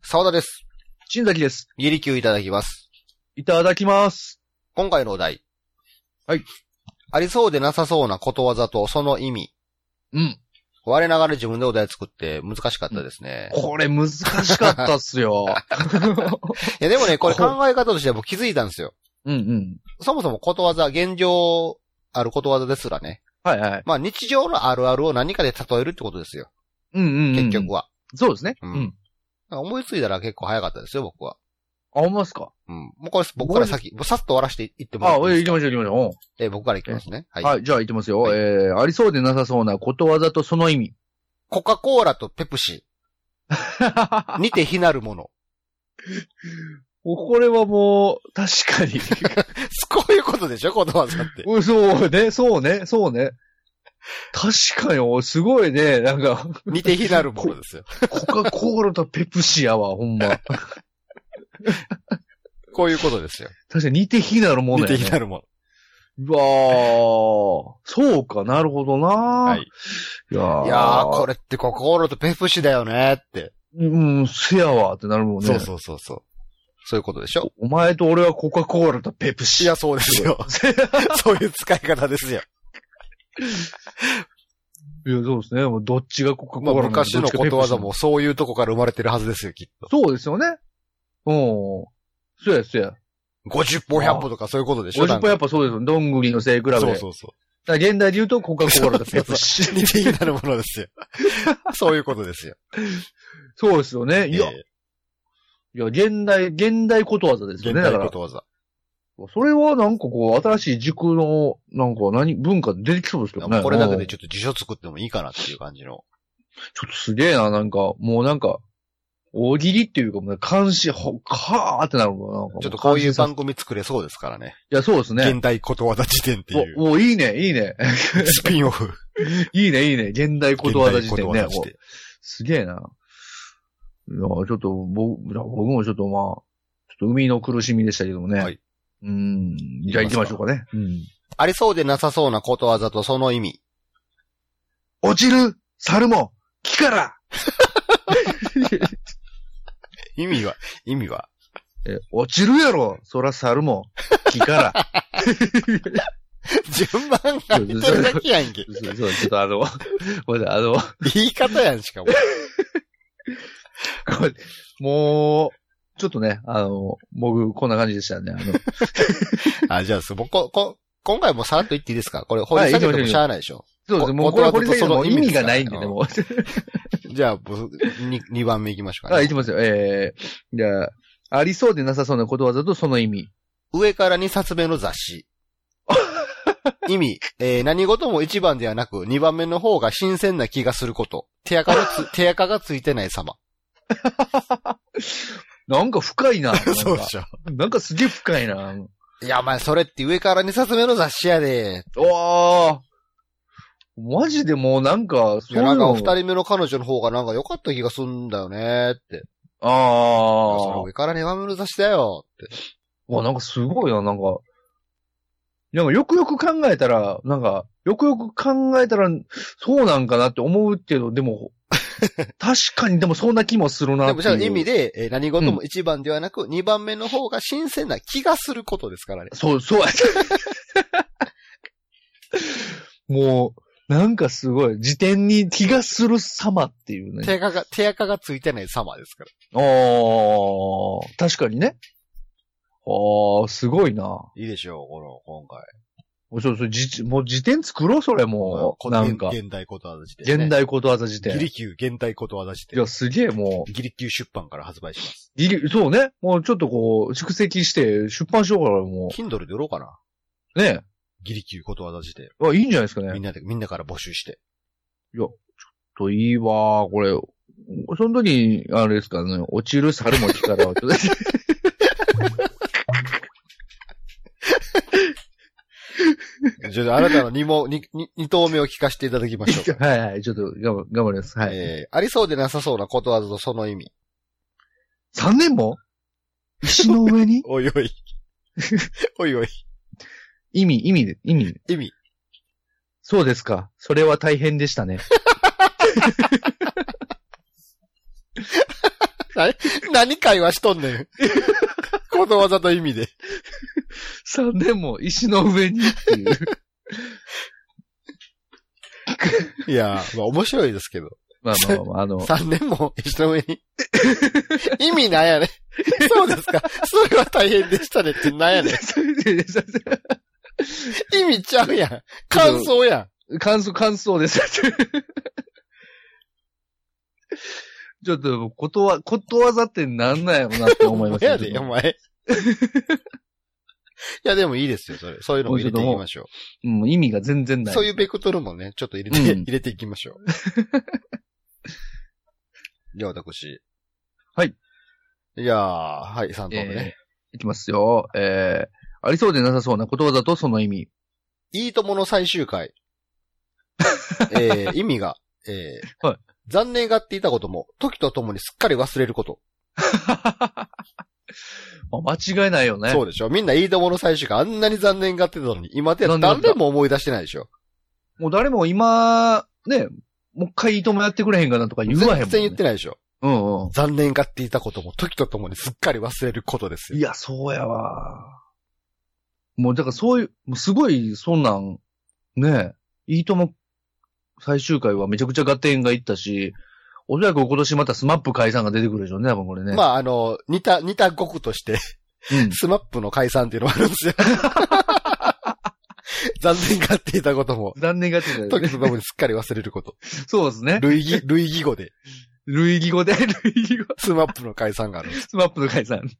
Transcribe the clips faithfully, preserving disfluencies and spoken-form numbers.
沢田です。 新崎です。 ギリキューいただきます。 いただきます。 今回のお題。 はい。 ありそうでなさそうなことわざとその意味。 うん。 我ながら自分でお題作って難しかったですね。 これ難しかったっすよ。 いやでもね、これ考え方としては僕気づいたんですよ。 うんうん。 そもそもことわざ、現状あることわざですらね。 はいはい。 まあ日常のあるあるを何かで例えるってことですよ。 うんうん、うん。 結局は。 そうですね。 うん。うん、思いついたら結構早かったですよ、僕は。 あ、思いますか？ うん。もうこれ僕から先、さっと終わらせていってもらっていいですか？ あ、行きましょう行きましょう。 えー、僕から行きますね。 はい。はい、じゃあ行ってますよ。 はい、 えー、ありそうでなさそうなことわざとその意味。 コカ・コーラとペプシ。似て非なるもの。 これはもう、確かに。 こういうことでしょ、ことわざって。 そうね、そうね、そうね。確かに、すごいね、なんか。 似て非なるものですよ。 コカ・コーラとペプシやわ、ほんま。 こういうことですよ。 確かに似て非なるものやね。 似て非なるもの。 うわー、そうかなるほどな。 はい。 いやー、 いやーこれってコカ・コーラとペプシだよねって。 うん、せやわってなるもんね。 そうそうそうそう。そういうことでしょ。 お前と俺はコカ・コーラとペプシ。 いや、そうですよ。そういう使い方ですよ。 いや、そうですね。もうどっちがコカ・コーラなのか、 まあ、昔のことわざもそういうとこから生まれてるはずですよ、きっと。 そうですよね。うん。そうや、そうや。 ごじゅっぽひゃっぽとかそういうことでしょ。 ごじゅっぽやっぱそうですよ。どんぐりの背比べ。 そうそうそう。 だから現代で言うとコカ・コーラとペプシ。 似て非なるものですよ。そういうことですよ。 そうですよね。いや。えー、いや、現代、現代ことわざですよね。 現代ことわざ。 それはなんかこう、新しい軸の、なんか何、文化出てきそうですけどね。 これだけでちょっと辞書作ってもいいかなっていう感じの。 ちょっとすげえな、なんか、もうなんか、大喜利っていうかもう、監視、ほ、かーってなるもんな。 ちょっとこういう番組作れそうですからね。 いや、そうですね。 現代ことわざ辞典っていう。 お、お、いいね、いいね。 スピンオフ。 いいね、いいね。現代ことわざ辞典ね。すげえな。いや、ちょっと、僕、僕もちょっとまあ、ちょっと海の苦しみでしたけどもね。はい。うん。じゃあ行きましょうかね。うん。 ありそうでなさそうなことわざとその意味。 落ちる猿も木から意味は、意味は。 え、落ちるやろそら猿も木から。 順番が見てるだけやんけ。 そうそう、ちょっとあの、あの、 言い方やんしかも。 もう、ちょっとね、あの、僕、こんな感じでしたね。あのあ、じゃあ、僕、こ、こ、今回もさらっと言っていいですか？これ、掘り下げてもしゃあないでしょ。 そうです。もうこれ掘り下げても意味がないんでね、もう。 じゃあ、に、二番目行きましょうかね。 あ、行きますよ。えー、じゃあ、ありそうでなさそうなことわざとその意味。 上からにさつめの雑誌。意味、えー、何事も一番ではなく、二番目の方が新鮮な気がすること。手垢がつ、手垢がついてない様。 なんか深いな。 そうでしょ。 なんかすげえ深いな。 いや、お前それって上からにさつめの雑誌やで。 おー。マジでもうなんか、 そういうの。いや、なんか二人目の彼女の方がなんか良かった気がするんだよねって。 ああ。 その上からにばんめの雑誌だよって。 わ、なんかすごいな、なんか。なんかよくよく考えたら、なんか、よくよく考えたら、そうなんかなって思うけど、でも、確かにでもそんな気もするなっていう。 でもじゃあ意味で、えー、何事も一番ではなく、二、うん、番目の方が新鮮な気がすることですからね。 そう、そうや。もう、なんかすごい、辞典に気がする様っていうね。 手垢が、手垢がついてない様ですから。 ああ、確かにね。ああ、すごいな。 いいでしょう、この、今回。 もうそうそう、じ、もう辞典作ろう、それもう。なんか。 現代ことわざ辞典、ね。 現代ことわざ辞典。 ギリキュー現代ことわざ辞典。 いや、すげえもう。ギリキュー出版から発売します。 ギリ、そうね。もうちょっとこう、蓄積して出版しようからもう。 Kindle で売ろうかな。 ねえ。 ギリキューことわざ辞典。 あ、いいんじゃないですかね。 みんなで、みんなから募集して。 いや、ちょっといいわー、これ。その時に、あれですかね、落ちる猿も木からは。 ちょっとあなたの二問、二、二投目を聞かせていただきましょう。 はいはい、ちょっと頑張頑張ります。はい。 えー、ありそうでなさそうなことわざとその意味。 三年も石の上においおい。おいおい。 意味、意味で、意味。 意味。 そうですか。それは大変でしたね。 何会話しとんねん。ことわざと意味で。 さんねんも石の上にっていう。 いや、まあ面白いですけど。 まあまあまあ、あの。 さんねんも石の上に。意味なんやねん。そうですか。それは大変でしたねってなんやねん。意味ちゃうやん。感想やん。感想、感想です。ちょっと、ことわ、ことわざってなんなんやろなって思いますやで、お前。いや、でもいいですよ、それ。そういうのも入れていきましょう。うん、意味が全然ない。 そういうベクトルもね、ちょっと入れて、うん、入れていきましょう。じゃあ、私。 はい。 いやー、はい、さんとうめね。 えー、いきますよ。えー、ありそうでなさそうなことわざとその意味。 いいともの最終回。えー、意味が、えー、はい。残念がっていたことも、時とともにすっかり忘れること。 間違いないよね。 そうでしょ。みんないいともの最終回あんなに残念がってたのに、今では誰も思い出してないでしょ。 もう誰も今、ね、もう一回いいともやってくれへんかなとか言わへんもん、ね。 全然言ってないでしょ。 うんうん。 残念がっていたことも、時とともにすっかり忘れることですよ。 いや、そうやわ。もうだからそういう、もうすごい、そんなん、ね、いいとも最終回はめちゃくちゃ合点がいったし、おそらく今年またスマップ解散が出てくるでしょうね、多分これね。 まあ、あの、似た、似た語句として、うん、スマップの解散っていうのがあるんですよ。残念がっていたことも。 残念がっていたことも。 時とともにすっかり忘れること。 そうですね。 類義、類義語で。 類義語で、類義語。 スマップの解散があるんです。 スマップの解散。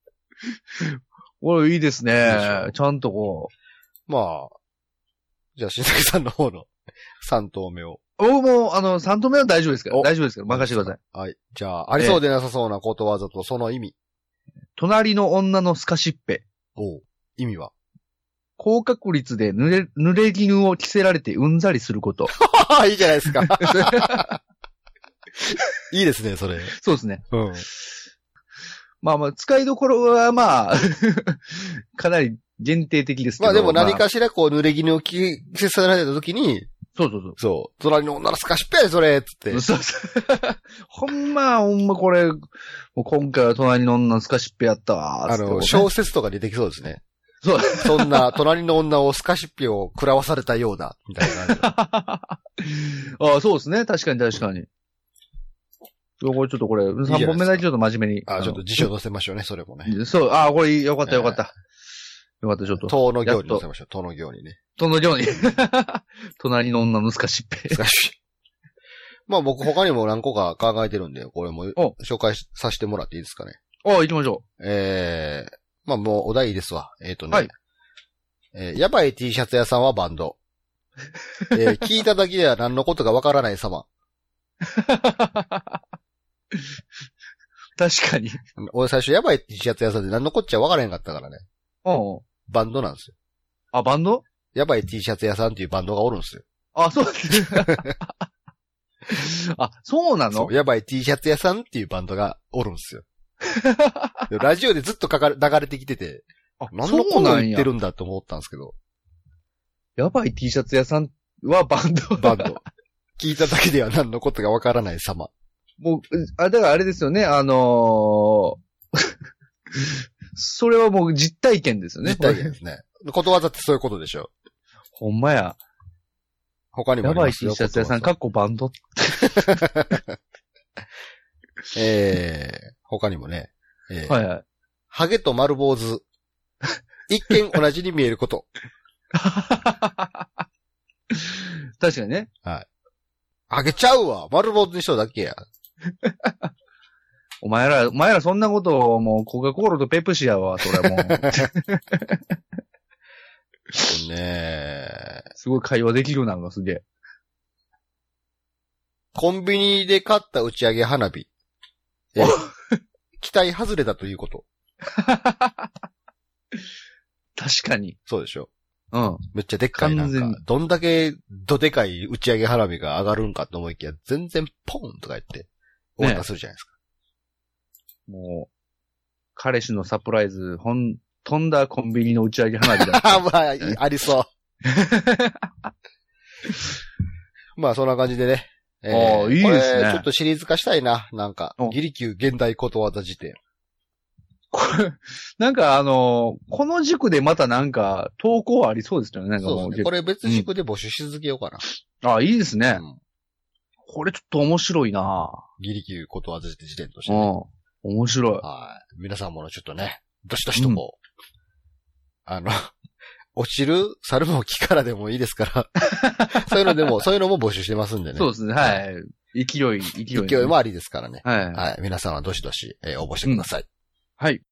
これいいですね。ちゃんとこう。まあ、じゃあ、新崎さんの方のさんとうめを。 おもう、あの、さんとうめは大丈夫ですから。大丈夫ですから。任せてください。 はい。じゃあ、ありそうでなさそうなことわざとその意味。 隣の女のスカシッペ。 おう。意味は高確率で濡れ、濡れ衣を着せられてうんざりすること。 いいじゃないですか。いいですね、それ。 そうですね。 うん。 まあまあ、使いどころはまあ、かなり限定的ですけど。 まあでも何かしらこう濡れ衣を着せされた時に、 そうそうそう。 そう。隣の女のスカシッペやそれつって。 そうそう。ほんま、ほんまこれ、もう今回は隣の女のスカシッペやったわ、 ね。あの、小説とか出てきそうですね。 そう。 そんな、隣の女をスカシッペを食らわされたようだ、みたいな。 ああ、そうですね。確かに確かに。これちょっとこれ、さんぼんめだけちょっと真面目に。 ああ、ちょっと辞書載せましょうね、それもね。 そう、ああ、これよかったよかった。よかった、ちょっと。 遠の行に載せましょう、遠の行にね。 遠の行に。隣の女のスカシッペ。 スカシッペ。まあ僕他にも何個か考えてるんで、これも紹介させてもらっていいですかね。 ああ、行きましょう。えー、まあもうお題いいですわ。えっとね。 はい。 えー、やばい T シャツ屋さんはバンド。えー、聞いただけでは何のことかわからない様。 確かに。 俺最初やばい T シャツ屋さんで何のこっちゃわからへんかったからね。 うん。 バンドなんですよ。 あ、バンド？ やばい T シャツ屋さんっていうバンドがおるんですよ。 あ、そうですね。あ、そうなの？ そう、やばい T シャツ屋さんっていうバンドがおるんですよ。ラジオでずっとかか流れてきてて、あ、何のこと言ってるんだと思ったんですけど。 やばい T シャツ屋さんはバンド。 バンド。聞いただけでは何のことがわからない様。 もう、あ、だからあれですよね、あのー、それはもう実体験ですよね。 実体験ですね。ことわざってそういうことでしょ。 ほんまや。 他にもありますよ。 やばい T シャツ屋さん、かっこバンド。 えー、他にもね。えー、 はいはい。 ハゲと丸坊主。一見同じに見えること。 確かにね。 はい。ハゲちゃうわ。丸坊主にしとうだけや。 お前ら、お前らそんなことをもうコカ・コーラとペプシやわ、それもう。 ねえ。 すごい会話できるなんかすげえ。 コンビニで買った打ち上げ花火。え期待外れたということ。 確かに。 そうでしょ。 うん。 めっちゃでっかいなんか、どんだけどでかい打ち上げ花火が上がるんかと思いきや、全然ポンとか言って終わったするじゃないですか。 ね、もう、彼氏のサプライズ、ほん、飛んだコンビニの打ち上げ花火だった。 まあ、ありそう。まあ、そんな感じでね。 えー、 ああ、いいですね。 ちょっとシリーズ化したいな。なんか、ギリキュー現代ことわざ辞典。 これ、なんかあの、この軸でまたなんか、投稿ありそうですよね。なんかもう。 そうですね。これ別軸で募集し続けようかな。 うん、ああ、いいですね。 うん、 これちょっと面白いな。 ギリキューことわざ辞典としてね。 うん。面白い。 はい。皆さんもちょっとね、どしどしとこう、うん、あの、落ちる猿も木からでもいいですから、そういうのでも、そういうのも募集してますんでね。 そうですね。はい。勢い、勢い、ね。 勢いもありですからね。 はい。 はい。皆さんはどしどし、えー、応募してください。 うん、はい。